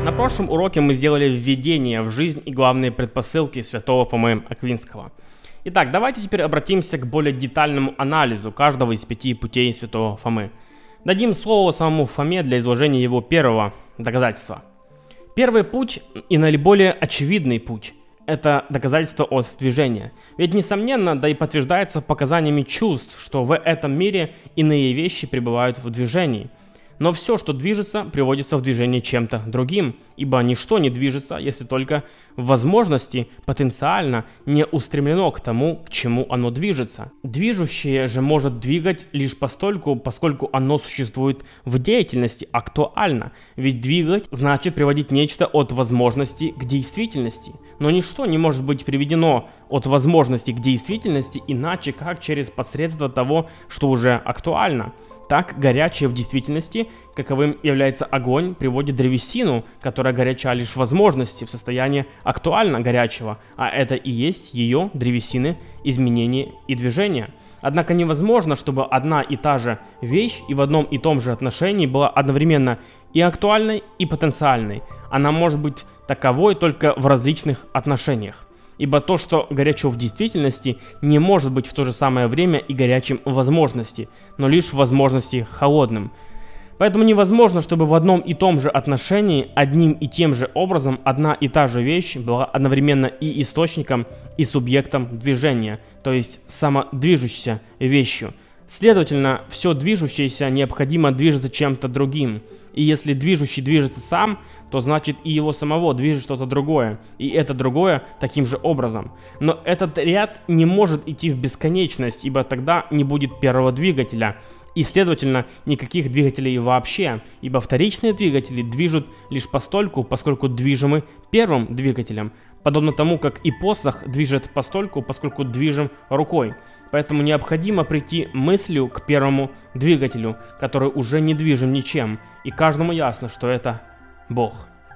На прошлом уроке мы сделали введение в жизнь и главные предпосылки святого Фомы Аквинского. Итак, давайте теперь обратимся к более детальному анализу каждого из 5 путей святого Фомы. Дадим слово самому Фоме для изложения его первого доказательства. Первый путь и наиболее очевидный путь – это доказательство от движения. Ведь, несомненно, да и подтверждается показаниями чувств, что в этом мире иные вещи пребывают в движении. Но все, что движется, приводится в движение чем-то другим, ибо ничто не движется, если только в возможности потенциально не устремлено к тому, к чему оно движется. Движущее же может двигать лишь постольку, поскольку оно существует в деятельности актуально, ведь двигать значит приводить нечто от возможности к действительности. Но ничто не может быть приведено от возможности к действительности иначе, как через посредство того, что уже актуально. Так, горячее в действительности, каковым является огонь, приводит древесину, которая горяча лишь в возможности, в состояние актуально горячего, а это и есть ее, древесины, изменение и движение. Однако невозможно, чтобы одна и та же вещь и в одном и том же отношении была одновременно и актуальной, и потенциальной. Она может быть таковой только в различных отношениях. Ибо то, что горячо в действительности, не может быть в то же самое время и горячим в возможности, но лишь в возможности холодным. Поэтому невозможно, чтобы в одном и том же отношении, одним и тем же образом, одна и та же вещь была одновременно и источником, и субъектом движения, то есть самодвижущейся вещью. Следовательно, все движущееся необходимо движется чем-то другим. И если движущий движется сам, то значит и его самого движет что-то другое, и это другое таким же образом. Но этот ряд не может идти в бесконечность, ибо тогда не будет первого двигателя, и, следовательно, никаких двигателей вообще, ибо вторичные двигатели движут лишь постольку, поскольку движимы первым двигателем, подобно тому, как и посох движет постольку, поскольку движим рукой. Поэтому необходимо прийти мыслью к первому двигателю, который уже не движим ничем, и каждому ясно, что это Бог.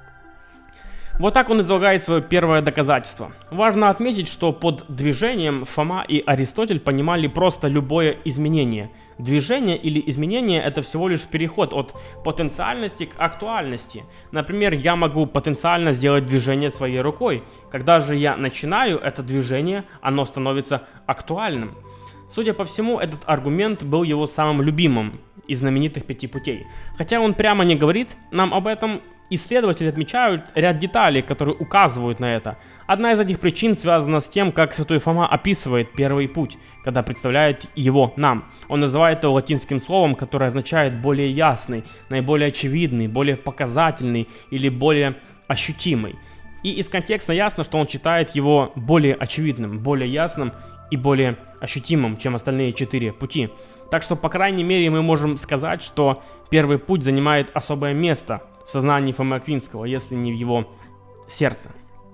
Вот так он излагает свое первое доказательство. Важно отметить, что под движением Фома и Аристотель понимали просто любое изменение. Движение или изменение – это всего лишь переход от потенциальности к актуальности. Например, я могу потенциально сделать движение своей рукой. Когда же я начинаю это движение, оно становится актуальным. Судя по всему, этот аргумент был его самым любимым из знаменитых 5 путей. Хотя он прямо не говорит нам об этом, исследователи отмечают ряд деталей, которые указывают на это. Одна из этих причин связана с тем, как святой Фома описывает первый путь, когда представляет его нам. Он называет его латинским словом, которое означает более ясный, наиболее очевидный, более показательный или более ощутимый. И из контекста ясно, что он считает его более очевидным, более ясным и более ощутимым, чем остальные 4 пути. Так что, по крайней мере, мы можем сказать, что первый путь занимает особое место в сознании Фомы Аквинского, если не в его сердце.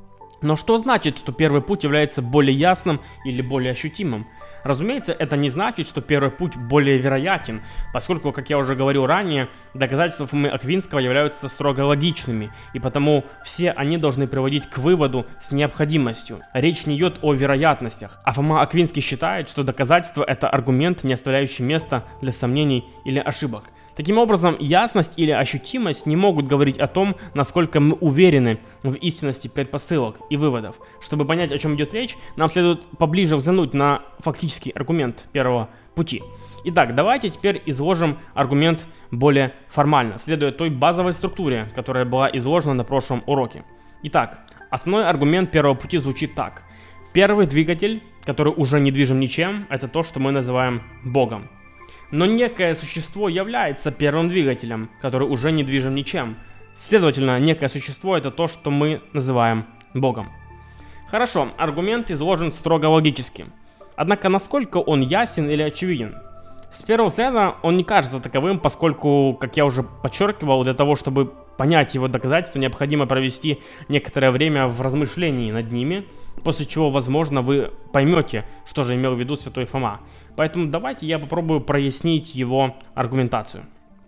Но что значит, что первый путь является более ясным или более ощутимым? Разумеется, это не значит, что первый путь более вероятен, поскольку, как я уже говорил ранее, доказательства Фомы Аквинского являются строго логичными, и потому все они должны приводить к выводу с необходимостью. Речь не идет о вероятностях, а Фома Аквинский считает, что доказательство – это аргумент, не оставляющий места для сомнений или ошибок. Таким образом, ясность или ощутимость не могут говорить о том, насколько мы уверены в истинности предпосылок и выводов. Чтобы понять, о чем идет речь, нам следует поближе взглянуть на фактический аргумент первого пути. Итак, давайте теперь изложим аргумент более формально, следуя той базовой структуре, которая была изложена на прошлом уроке. Итак, основной аргумент первого пути звучит так. Первый двигатель, который уже не движим ничем, это то, что мы называем Богом. Но некое существо является первым двигателем, который уже не движим ничем. Следовательно, некое существо – это то, что мы называем Богом. Хорошо, аргумент изложен строго логически. Однако, насколько он ясен или очевиден? С первого взгляда он не кажется таковым, поскольку, как я уже подчеркивал, для того, чтобы понять его доказательства, необходимо провести некоторое время в размышлении над ними, после чего, возможно, вы поймете, что же имел в виду святой Фома. Поэтому давайте я попробую прояснить его аргументацию.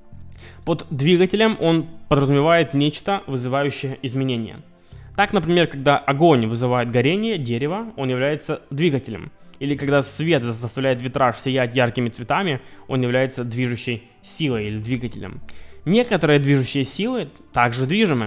Под двигателем он подразумевает нечто, вызывающее изменения. Так, например, когда огонь вызывает горение дерева, он является двигателем. Или когда свет заставляет витраж сиять яркими цветами, он является движущей силой или двигателем. Некоторые движущие силы также движимы.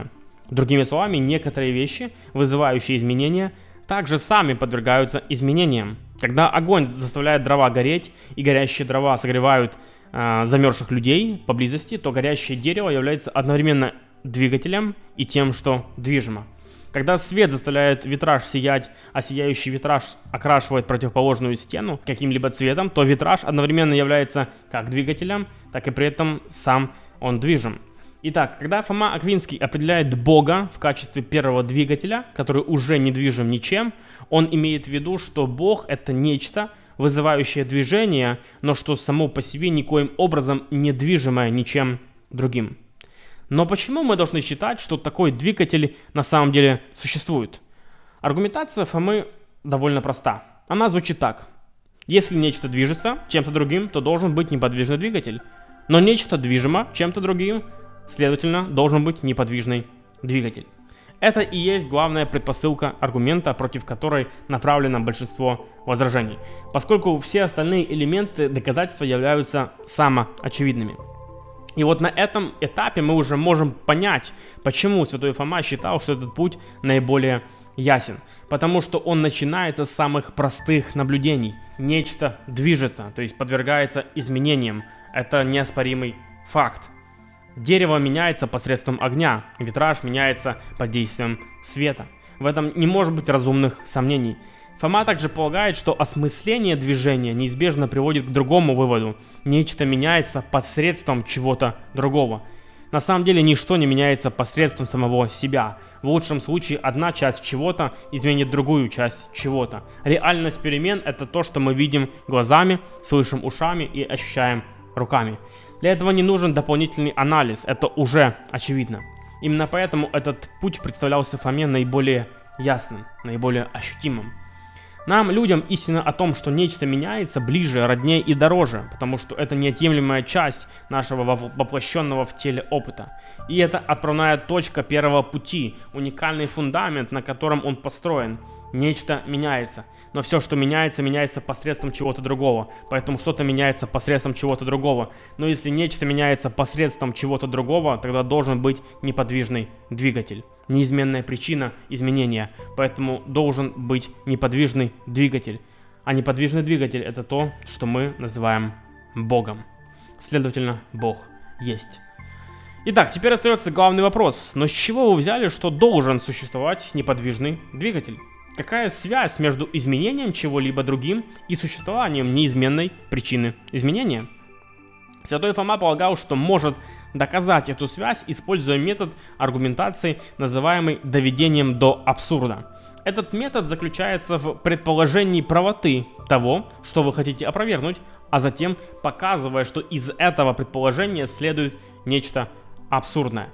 Другими словами, некоторые вещи, вызывающие изменения, также сами подвергаются изменениям. Когда огонь заставляет дрова гореть, и горящие дрова согревают замерзших людей поблизости, то горящее дерево является одновременно двигателем и тем, что движимо. Когда свет заставляет витраж сиять, а сияющий витраж окрашивает противоположную стену каким-либо цветом, то витраж одновременно является как двигателем, так и при этом сам он движим. Итак, когда Фома Аквинский определяет Бога в качестве первого двигателя, который уже не движим ничем, он имеет в виду, что Бог — это нечто, вызывающее движение, но что само по себе никоим образом не движимое ничем другим. Но почему мы должны считать, что такой двигатель на самом деле существует? Аргументация Фомы довольно проста. Она звучит так. Если нечто движется чем-то другим, то должен быть неподвижный двигатель. Но нечто движимо чем-то другим, следовательно, должен быть неподвижный двигатель. Это и есть главная предпосылка аргумента, против которой направлено большинство возражений, поскольку все остальные элементы доказательства являются самоочевидными. И вот на этом этапе мы уже можем понять, почему святой Фома считал, что этот путь наиболее ясен. Потому что он начинается с самых простых наблюдений. Нечто движется, то есть подвергается изменениям. Это неоспоримый факт. Дерево меняется посредством огня, витраж меняется под действием света. В этом не может быть разумных сомнений. Фома также полагает, что осмысление движения неизбежно приводит к другому выводу. Нечто меняется посредством чего-то другого. На самом деле ничто не меняется посредством самого себя. В лучшем случае одна часть чего-то изменит другую часть чего-то. Реальность перемен — это то, что мы видим глазами, слышим ушами и ощущаем руками. Для этого не нужен дополнительный анализ, это уже очевидно. Именно поэтому этот путь представлялся Фоме наиболее ясным, наиболее ощутимым. Нам, людям, истина о том, что нечто меняется, ближе, роднее и дороже, потому что это неотъемлемая часть нашего воплощенного в теле опыта. И это отправная точка первого пути, уникальный фундамент, на котором он построен. Нечто меняется, но все, что меняется, меняется посредством чего-то другого, поэтому что-то меняется посредством чего-то другого. Но если нечто меняется посредством чего-то другого, тогда должен быть неподвижный двигатель. Неизменная причина изменения, поэтому должен быть неподвижный двигатель. А неподвижный двигатель — это то, что мы называем Богом. Следовательно, Бог есть. Итак, теперь остается главный вопрос. Но с чего вы взяли, что должен существовать неподвижный двигатель? Какая связь между изменением чего-либо другим и существованием неизменной причины изменения? Святой Фома полагал, что может доказать эту связь, используя метод аргументации, называемый доведением до абсурда. Этот метод заключается в предположении правоты того, что вы хотите опровергнуть, а затем показывая, что из этого предположения следует нечто абсурдное.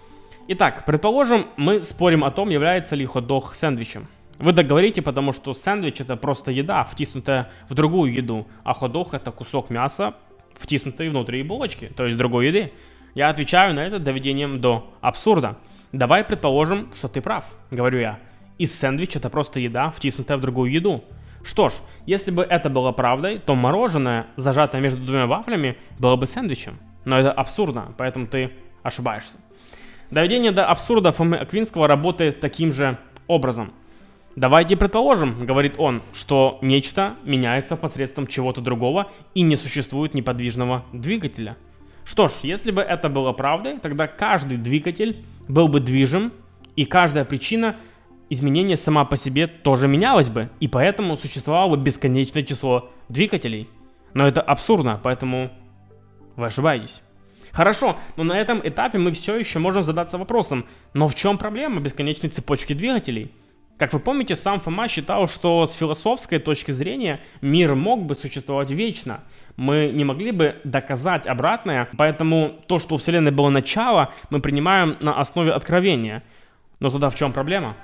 Итак, предположим, мы спорим о том, является ли хот-дог сэндвичем. Вы так говорите, потому что сэндвич — это просто еда, втиснутая в другую еду, а хот-дог — это кусок мяса, втиснутый внутри булочки, то есть другой еды. Я отвечаю на это доведением до абсурда. Давай предположим, что ты прав, говорю я. И сэндвич — это просто еда, втиснутая в другую еду. Что ж, если бы это было правдой, то мороженое, зажатое между двумя вафлями, было бы сэндвичем. Но это абсурдно, поэтому ты ошибаешься. Доведение до абсурда Фомы Аквинского работает таким же образом. Давайте предположим, говорит он, что нечто меняется посредством чего-то другого и не существует неподвижного двигателя. Что ж, если бы это было правдой, тогда каждый двигатель был бы движим, и каждая причина изменения сама по себе тоже менялась бы, и поэтому существовало бы бесконечное число двигателей. Но это абсурдно, поэтому вы ошибаетесь. Хорошо, но на этом этапе мы все еще можем задаться вопросом, но в чем проблема бесконечной цепочки двигателей? Как вы помните, сам Фома считал, что с философской точки зрения мир мог бы существовать вечно. Мы не могли бы доказать обратное, поэтому то, что у Вселенной было начало, мы принимаем на основе откровения. Но тогда в чем проблема?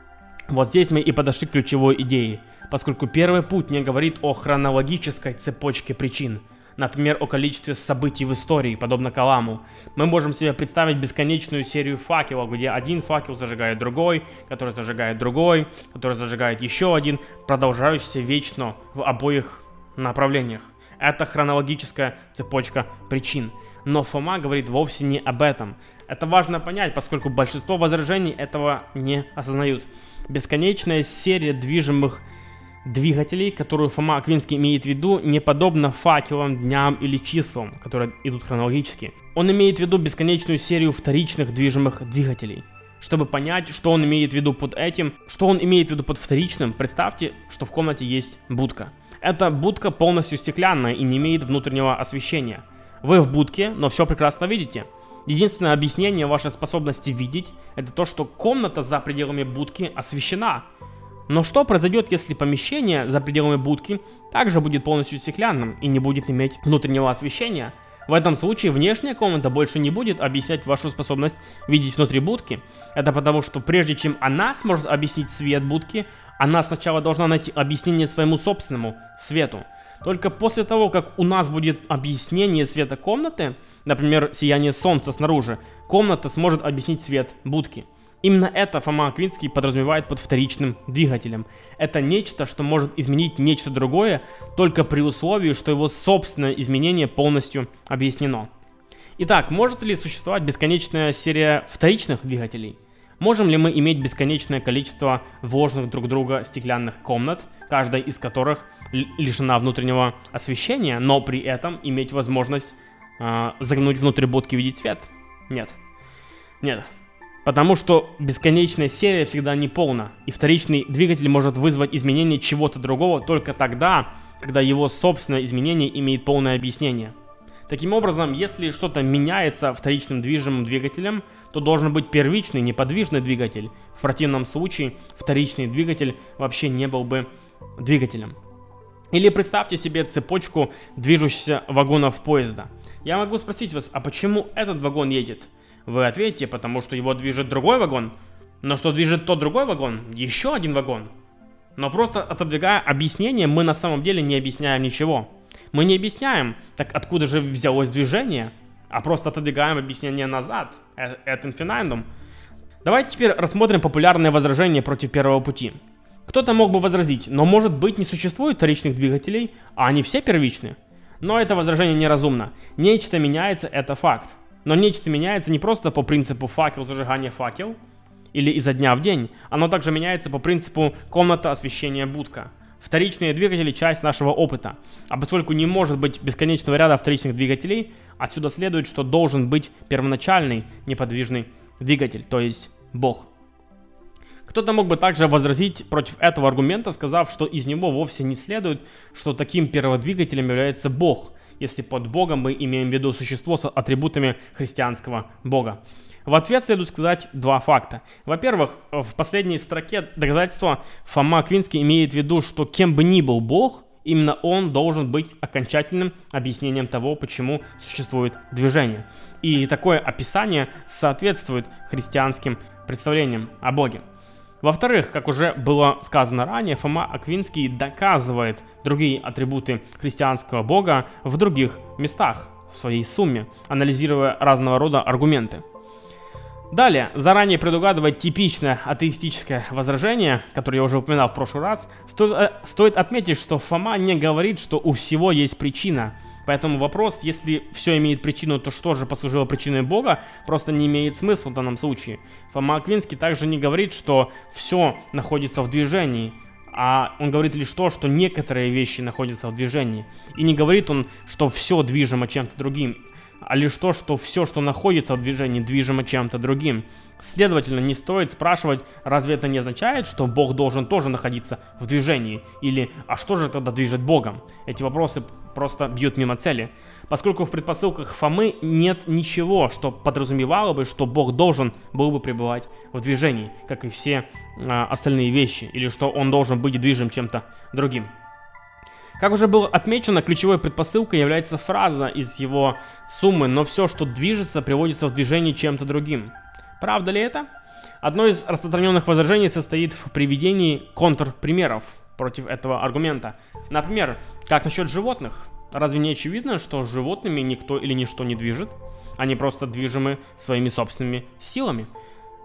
Вот здесь мы и подошли к ключевой идее, поскольку первый путь не говорит о хронологической цепочке причин. Например, о количестве событий в истории, подобно Каламу. Мы можем себе представить бесконечную серию факелов, где один факел зажигает другой, который зажигает другой, который зажигает еще один, продолжающийся вечно в обоих направлениях. Это хронологическая цепочка причин. Но Фома говорит вовсе не об этом. Это важно понять, поскольку большинство возражений этого не осознают. Бесконечная серия движимых двигателей, которую Фома Аквинский имеет в виду, не подобна факелам, дням или числам, которые идут хронологически. Он имеет в виду бесконечную серию вторичных движимых двигателей. Чтобы понять, что он имеет в виду под этим, что он имеет в виду под вторичным, представьте, что в комнате есть будка. Эта будка полностью стеклянная и не имеет внутреннего освещения. Вы в будке, но все прекрасно видите. Единственное объяснение вашей способности видеть – это то, что комната за пределами будки освещена. Но что произойдет, если помещение за пределами будки также будет полностью стеклянным и не будет иметь внутреннего освещения? В этом случае внешняя комната больше не будет объяснять вашу способность видеть внутри будки. Это потому, что прежде чем она сможет объяснить свет будки, она сначала должна найти объяснение своему собственному свету. Только после того, как у нас будет объяснение света комнаты, например, сияние солнца снаружи, комната сможет объяснить свет будки. Именно это Фома Аквинский подразумевает под вторичным двигателем. Это нечто, что может изменить нечто другое, только при условии, что его собственное изменение полностью объяснено. Итак, может ли существовать бесконечная серия вторичных двигателей? Можем ли мы иметь бесконечное количество вложенных друг в друга стеклянных комнат, каждая из которых лишена внутреннего освещения, но при этом иметь возможность заглянуть внутрь будки и видеть свет? Нет. Нет. Потому что бесконечная серия всегда неполна, и вторичный двигатель может вызвать изменение чего-то другого только тогда, когда его собственное изменение имеет полное объяснение. Таким образом, если что-то меняется вторичным движимым двигателем, то должен быть первичный неподвижный двигатель. В противном случае вторичный двигатель вообще не был бы двигателем. Или представьте себе цепочку движущихся вагонов поезда. Я могу спросить вас, а почему этот вагон едет? Вы ответите, потому что его движет другой вагон. Но что движет тот другой вагон? Еще один вагон. Но просто отодвигая объяснение, мы на самом деле не объясняем ничего. Мы не объясняем, так откуда же взялось движение, а просто отодвигаем объяснение назад. Это инфинайндум. Давайте теперь рассмотрим популярные возражения против первого пути. Кто-то мог бы возразить, но может быть не существует вторичных двигателей, а они все первичны. Но это возражение неразумно. Нечто меняется, это факт. Но нечто меняется не просто по принципу факел, зажигания факел, или изо дня в день. Оно также меняется по принципу комната, освещения, будка. Вторичные двигатели – часть нашего опыта. А поскольку не может быть бесконечного ряда вторичных двигателей, отсюда следует, что должен быть первоначальный неподвижный двигатель, то есть Бог. Кто-то мог бы также возразить против этого аргумента, сказав, что из него вовсе не следует, что таким перводвигателем является Бог, если под Богом мы имеем в виду существо с атрибутами христианского Бога. В ответ следует сказать два факта. Во-первых, в последней строке доказательства Фома Аквинский имеет в виду, что кем бы ни был Бог, именно он должен быть окончательным объяснением того, почему существует движение. И такое описание соответствует христианским представлениям о Боге. Во-вторых, как уже было сказано ранее, Фома Аквинский доказывает другие атрибуты христианского Бога в других местах, в своей сумме, анализируя разного рода аргументы. Далее, заранее предугадывая типичное атеистическое возражение, которое я уже упоминал в прошлый раз, стоит отметить, что Фома не говорит, что у всего есть причина. Поэтому вопрос, если все имеет причину, то что же послужило причиной Бога, просто не имеет смысла в данном случае. Фома Аквинский также не говорит, что все находится в движении, а он говорит лишь то, что некоторые вещи находятся в движении. И не говорит он, что все движимо чем-то другим, а лишь то, что все, что находится в движении, движимо чем-то другим. Следовательно, не стоит спрашивать, разве это не означает, что Бог должен тоже находиться в движении? Или, а что же тогда движет Богом? Эти вопросы просто бьют мимо цели. Поскольку в предпосылках Фомы нет ничего, что подразумевало бы, что Бог должен был бы пребывать в движении, как и все остальные вещи, или что он должен быть движим чем-то другим. Как уже было отмечено, ключевой предпосылкой является фраза из его суммы, но все, что движется, приводится в движение чем-то другим. Правда ли это? Одно из распространенных возражений состоит в приведении контрпримеров против этого аргумента. Например, как насчет животных? Разве не очевидно, что животными никто или ничто не движет? Они просто движимы своими собственными силами.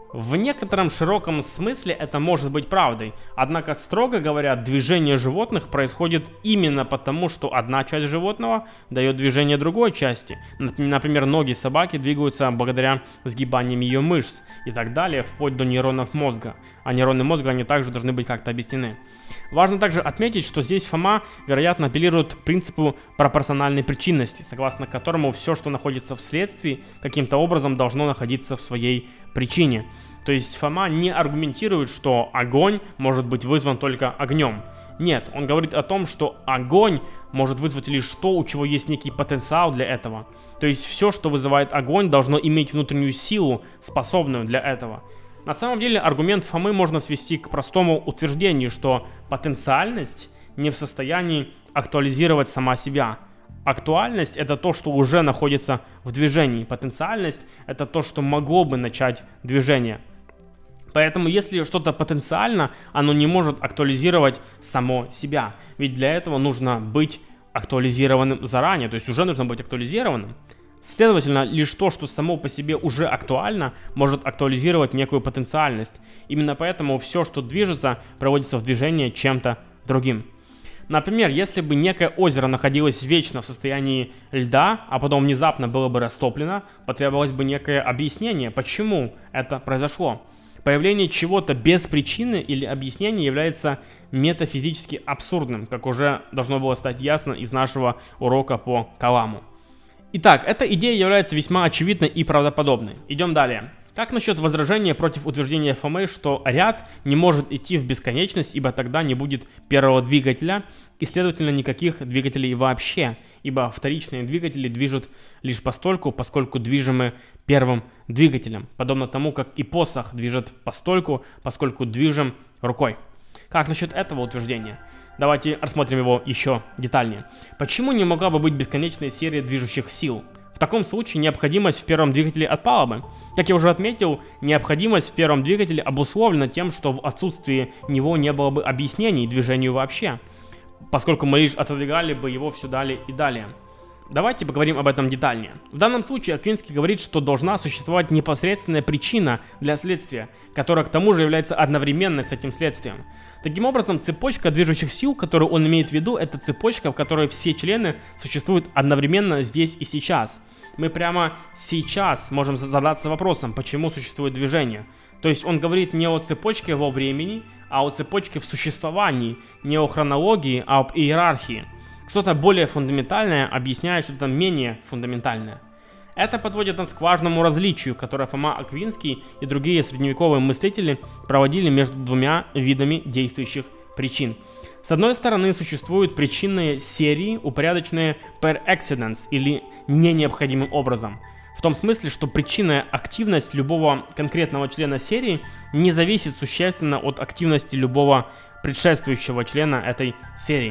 В некотором широком смысле это может быть правдой, однако, строго говоря, движение животных происходит именно потому, что одна часть животного дает движение другой части. Например, ноги собаки двигаются благодаря сгибаниям ее мышц и так далее, вплоть до нейронов мозга. А нейроны мозга, они также должны быть как-то объяснены. Важно также отметить, что здесь Фома, вероятно, апеллирует к принципу пропорциональной причинности, согласно которому все, что находится в следствии, каким-то образом должно находиться в своей причине. То есть Фома не аргументирует, что огонь может быть вызван только огнем. Нет, он говорит о том, что огонь может вызвать лишь то, у чего есть некий потенциал для этого. То есть все, что вызывает огонь, должно иметь внутреннюю силу, способную для этого. На самом деле аргумент Фомы можно свести к простому утверждению, что потенциальность не в состоянии актуализировать сама себя. Актуальность — это то, что уже находится в движении. Потенциальность — это то, что могло бы начать движение. Поэтому если что-то потенциально, оно не может актуализировать само себя. Ведь для этого нужно быть актуализированным заранее, то есть уже нужно быть актуализированным. Следовательно, лишь то, что само по себе уже актуально, может актуализировать некую потенциальность. Именно поэтому все, что движется, проводится в движение чем-то другим. Например, если бы некое озеро находилось вечно в состоянии льда, а потом внезапно было бы растоплено, потребовалось бы некое объяснение, почему это произошло. Появление чего-то без причины или объяснения является метафизически абсурдным, как уже должно было стать ясно из нашего урока по Каламу. Итак, эта идея является весьма очевидной и правдоподобной. Идем далее. Как насчет возражения против утверждения Фомы, что ряд не может идти в бесконечность, ибо тогда не будет первого двигателя и, следовательно, никаких двигателей вообще, ибо вторичные двигатели движут лишь постольку, поскольку движимы первым двигателем, подобно тому, как и посох движет постольку, поскольку движим рукой. Как насчет этого утверждения? Давайте рассмотрим его еще детальнее. Почему не могла бы быть бесконечная серия движущих сил? В таком случае необходимость в первом двигателе отпала бы. Как я уже отметил, необходимость в первом двигателе обусловлена тем, что в отсутствии него не было бы объяснений движению вообще, поскольку мы лишь отодвигали бы его все далее и далее. Давайте поговорим об этом детальнее. В данном случае Аквинский говорит, что должна существовать непосредственная причина для следствия, которая к тому же является одновременной с этим следствием. Таким образом, цепочка движущих сил, которую он имеет в виду, это цепочка, в которой все члены существуют одновременно здесь и сейчас. Мы прямо сейчас можем задаться вопросом, почему существует движение. То есть он говорит не о цепочке во времени, а о цепочке в существовании, не о хронологии, а об иерархии. Что-то более фундаментальное объясняет что-то менее фундаментальное. Это подводит нас к важному различию, которое Фома Аквинский и другие средневековые мыслители проводили между двумя видами действующих причин. С одной стороны, существуют причинные серии, упорядоченные per accidens или не необходимым образом. В том смысле, что причинная активность любого конкретного члена серии не зависит существенно от активности любого предшествующего члена этой серии.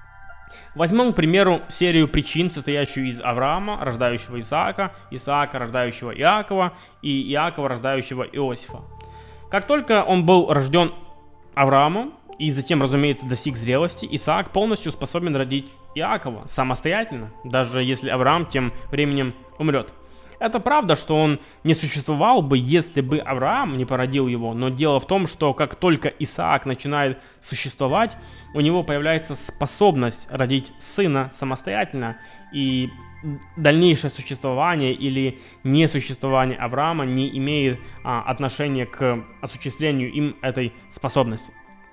Возьмем, к примеру, серию причин, состоящую из Авраама, рождающего Исаака, Исаака, рождающего Иакова, и Иакова, рождающего Иосифа. Как только он был рожден Авраамом, и затем, разумеется, достиг зрелости, Исаак полностью способен родить Иакова самостоятельно, даже если Авраам тем временем умрет. Это правда, что он не существовал бы, если бы Авраам не породил его, но дело в том, что как только Исаак начинает существовать, у него появляется способность родить сына самостоятельно, и дальнейшее существование или несуществование Авраама не имеет отношения к осуществлению им этой способности.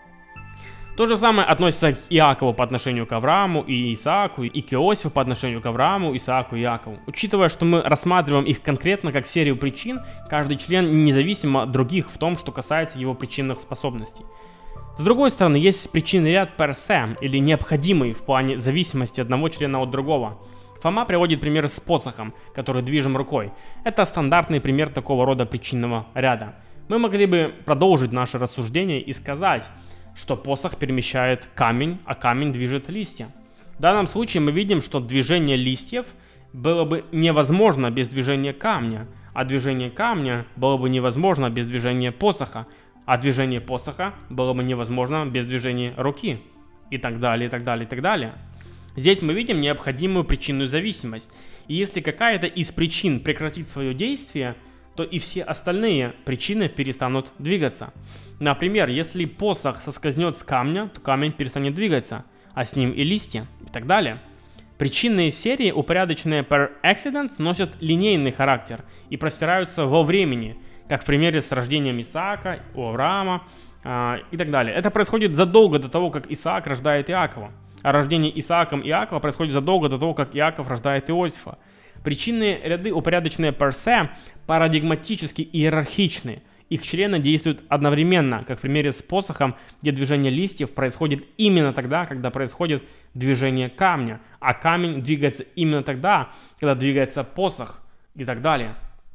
То же самое относится к Иакову по отношению к Аврааму и Исааку, и к Иосифу по отношению к Аврааму, Исааку и Иакову. Учитывая, что мы рассматриваем их конкретно как серию причин, каждый член независимо от других в том, что касается его причинных способностей. С другой стороны, есть причинный ряд per se, или необходимый в плане зависимости одного члена от другого. Фома приводит пример с посохом, который движим рукой. Это стандартный пример такого рода причинного ряда. Мы могли бы продолжить наше рассуждение и сказать, что посох перемещает камень, а камень движет листья. В данном случае мы видим, что движение листьев было бы невозможно без движения камня, а движение камня было бы невозможно без движения посоха, а движение посоха было бы невозможно без движения руки, и так далее, и так далее, и так далее. Здесь мы видим необходимую причинную зависимость, и если какая-то из причин прекратит свое действие, то и все остальные причины перестанут двигаться. Например, если посох соскользнет с камня, то камень перестанет двигаться, а с ним и листья, и так далее. Причинные серии, упорядоченные per accident, носят линейный характер и простираются во времени, как в примере с рождением Исаака, у Авраама и так далее. Это происходит задолго до того, как Исаак рождает Иакова. А рождение Исааком Иакова происходит задолго до того, как Иаков рождает Иосифа. Причинные ряды, упорядоченные per se, парадигматически иерархичны. Их члены действуют одновременно, как в примере с посохом, где движение листьев происходит именно тогда, когда происходит движение камня, а камень двигается именно тогда, когда двигается посох и так далее.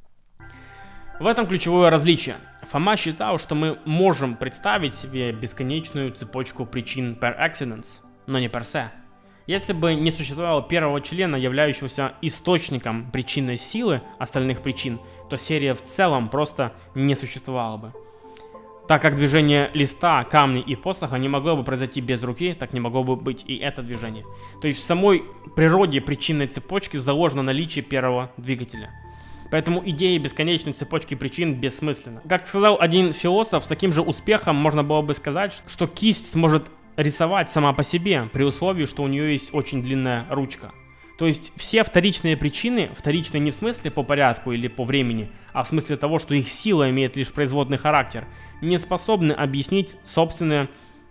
В этом ключевое различие. Фома считал, что мы можем представить себе бесконечную цепочку причин per accidents, но не per se. Если бы не существовало первого члена, являющегося источником причинной силы остальных причин, то серия в целом просто не существовала бы. Так как движение листа, камня и посоха не могло бы произойти без руки, так не могло бы быть и это движение. То есть в самой природе причинной цепочки заложено наличие первого двигателя. Поэтому идея бесконечной цепочки причин бессмысленна. Как сказал один философ, с таким же успехом можно было бы сказать, что кисть сможет рисовать сама по себе, при условии, что у нее есть очень длинная ручка. То есть все вторичные причины, вторичные не в смысле по порядку или по времени, а в смысле того, что их сила имеет лишь производный характер, не способны объяснить собственное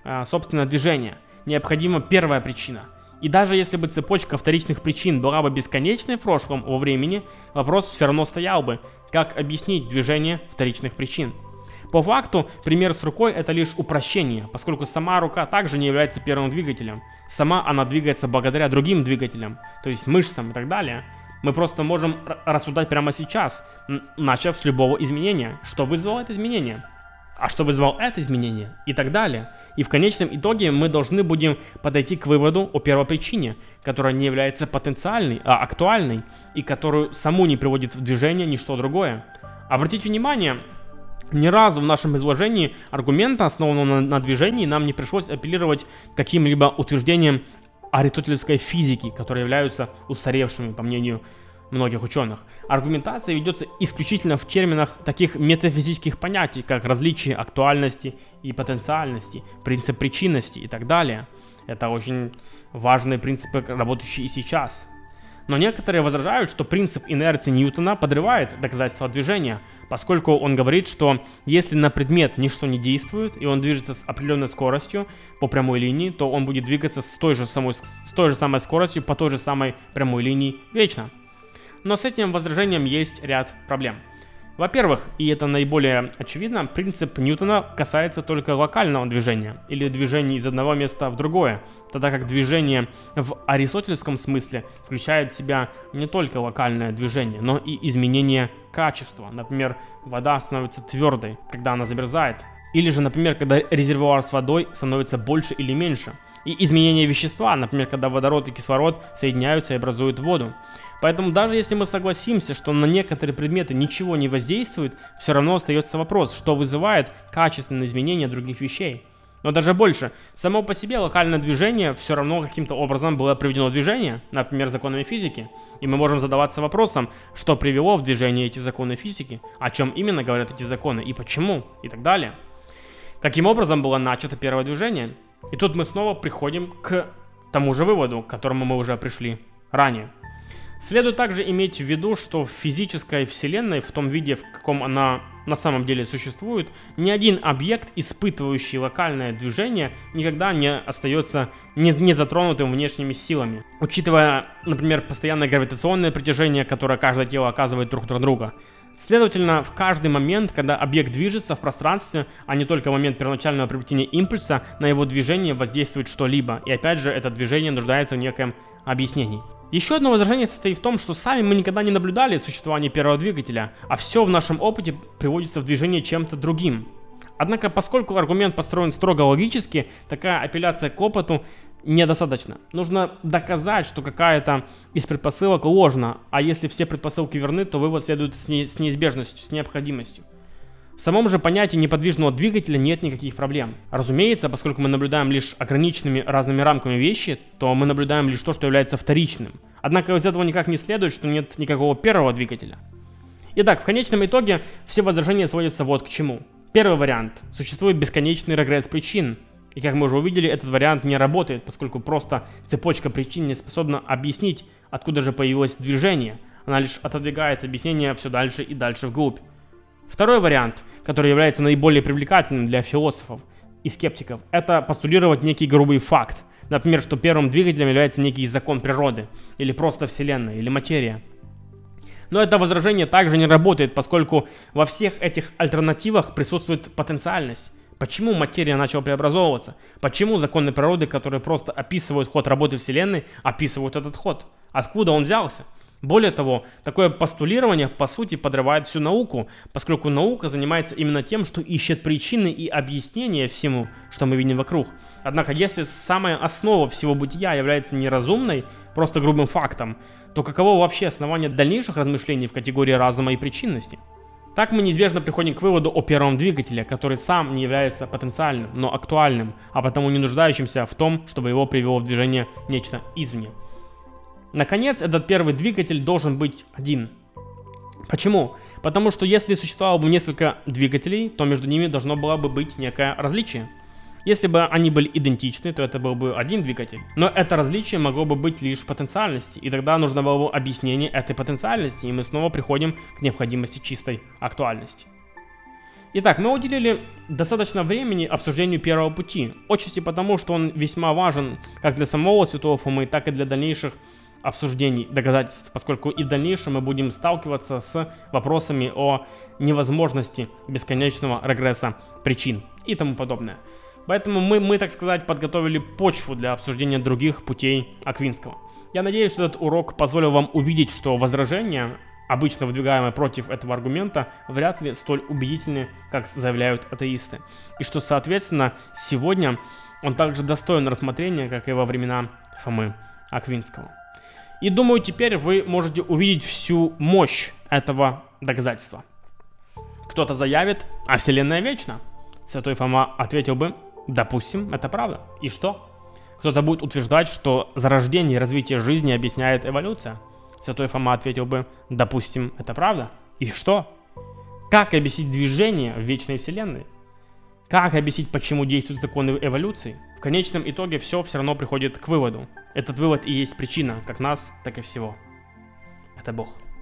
движение. Необходима первая причина. И даже если бы цепочка вторичных причин была бы бесконечной в прошлом во времени, вопрос все равно стоял бы, как объяснить движение вторичных причин. По факту, пример с рукой – это лишь упрощение, поскольку сама рука также не является первым двигателем. Сама она двигается благодаря другим двигателям, то есть мышцам и так далее. Мы просто можем рассуждать прямо сейчас, начав с любого изменения. Что вызвало это изменение? А что вызвало это изменение? И так далее. И в конечном итоге мы должны будем подойти к выводу о первопричине, которая не является потенциальной, а актуальной, и которую саму не приводит в движение ничто другое. Обратите внимание, ни разу в нашем изложении аргумента, основанного на движении, нам не пришлось апеллировать к каким-либо утверждениям аристотелевской физики, которые являются устаревшими, по мнению многих ученых. Аргументация ведется исключительно в терминах таких метафизических понятий, как различие актуальности и потенциальности, принцип причинности и так далее. Это очень важные принципы, работающие и сейчас. Но некоторые возражают, что принцип инерции Ньютона подрывает доказательства движения, поскольку он говорит, что если на предмет ничто не действует, и он движется с определенной скоростью по прямой линии, то он будет двигаться с той же самой скоростью по той же самой прямой линии вечно. Но с этим возражением есть ряд проблем. Во-первых, и это наиболее очевидно, принцип Ньютона касается только локального движения или движения из одного места в другое, тогда как движение в аристотелевском смысле включает в себя не только локальное движение, но и изменение качества. Например, вода становится твердой, когда она замерзает, или же, например, когда резервуар с водой становится больше или меньше, и изменение вещества, например, когда водород и кислород соединяются и образуют воду. Поэтому даже если мы согласимся, что на некоторые предметы ничего не воздействует, все равно остается вопрос, что вызывает качественные изменения других вещей. Но даже больше, само по себе локальное движение все равно каким-то образом было приведено в движение, например, законами физики. И мы можем задаваться вопросом, что привело в движение эти законы физики, о чем именно говорят эти законы и почему, и так далее. Каким образом было начато первое движение? И тут мы снова приходим к тому же выводу, к которому мы уже пришли ранее. Следует также иметь в виду, что в физической вселенной, в том виде, в каком она на самом деле существует, ни один объект, испытывающий локальное движение, никогда не остается не затронутым внешними силами. Учитывая, например, постоянное гравитационное притяжение, которое каждое тело оказывает друг на друга. Следовательно, в каждый момент, когда объект движется в пространстве, а не только в момент первоначального приобретения импульса, на его движение воздействует что-либо. И опять же, это движение нуждается в неком объяснении. Еще одно возражение состоит в том, что сами мы никогда не наблюдали существование первого двигателя, а все в нашем опыте приводится в движение чем-то другим. Однако, поскольку аргумент построен строго логически, такая апелляция к опыту недостаточно. Нужно доказать, что какая-то из предпосылок ложна, а если все предпосылки верны, то вывод следует с неизбежностью, с необходимостью. В самом же понятии неподвижного двигателя нет никаких проблем. Разумеется, поскольку мы наблюдаем лишь ограниченными разными рамками вещи, то мы наблюдаем лишь то, что является вторичным. Однако из этого никак не следует, что нет никакого первого двигателя. Итак, в конечном итоге все возражения сводятся вот к чему. Первый вариант. Существует бесконечный регресс причин. И как мы уже увидели, этот вариант не работает, поскольку просто цепочка причин не способна объяснить, откуда же появилось движение. Она лишь отодвигает объяснение все дальше и дальше вглубь. Второй вариант, который является наиболее привлекательным для философов и скептиков, это постулировать некий грубый факт. Например, что первым двигателем является некий закон природы, или просто Вселенная, или материя. Но это возражение также не работает, поскольку во всех этих альтернативах присутствует потенциальность. Почему материя начала преобразовываться? Почему законы природы, которые просто описывают ход работы Вселенной, описывают этот ход? Откуда он взялся? Более того, такое постулирование по сути подрывает всю науку, поскольку наука занимается именно тем, что ищет причины и объяснения всему, что мы видим вокруг. Однако, если самая основа всего бытия является неразумной, просто грубым фактом, то каково вообще основание дальнейших размышлений в категории разума и причинности? Так мы неизбежно приходим к выводу о первом двигателе, который сам не является потенциальным, но актуальным, а потому не нуждающимся в том, чтобы его привело в движение нечто извне. Наконец, этот первый двигатель должен быть один. Почему? Потому что если существовало бы несколько двигателей, то между ними должно было бы быть некое различие. Если бы они были идентичны, то это был бы один двигатель. Но это различие могло бы быть лишь в потенциальности, и тогда нужно было бы объяснение этой потенциальности, и мы снова приходим к необходимости чистой актуальности. Итак, мы уделили достаточно времени обсуждению первого пути, отчасти потому, что он весьма важен как для самого святого Фомы, так и для дальнейших обсуждений доказательств, поскольку и в дальнейшем мы будем сталкиваться с вопросами о невозможности бесконечного регресса причин и тому подобное. Поэтому мы, так сказать, подготовили почву для обсуждения других путей Аквинского. Я надеюсь, что этот урок позволил вам увидеть, что возражения, обычно выдвигаемые против этого аргумента, вряд ли столь убедительны, как заявляют атеисты. И что, соответственно, сегодня он также достоин рассмотрения, как и во времена Фомы Аквинского. И думаю, теперь вы можете увидеть всю мощь этого доказательства. Кто-то заявит, а Вселенная вечна. Святой Фома ответил бы, допустим, это правда. И что? Кто-то будет утверждать, что зарождение и развитие жизни объясняет эволюция. Святой Фома ответил бы, допустим, это правда. И что? Как объяснить движение в вечной Вселенной? Как объяснить, почему действуют законы эволюции? В конечном итоге все равно приходит к выводу. Этот вывод и есть причина как нас, так и всего. Это Бог.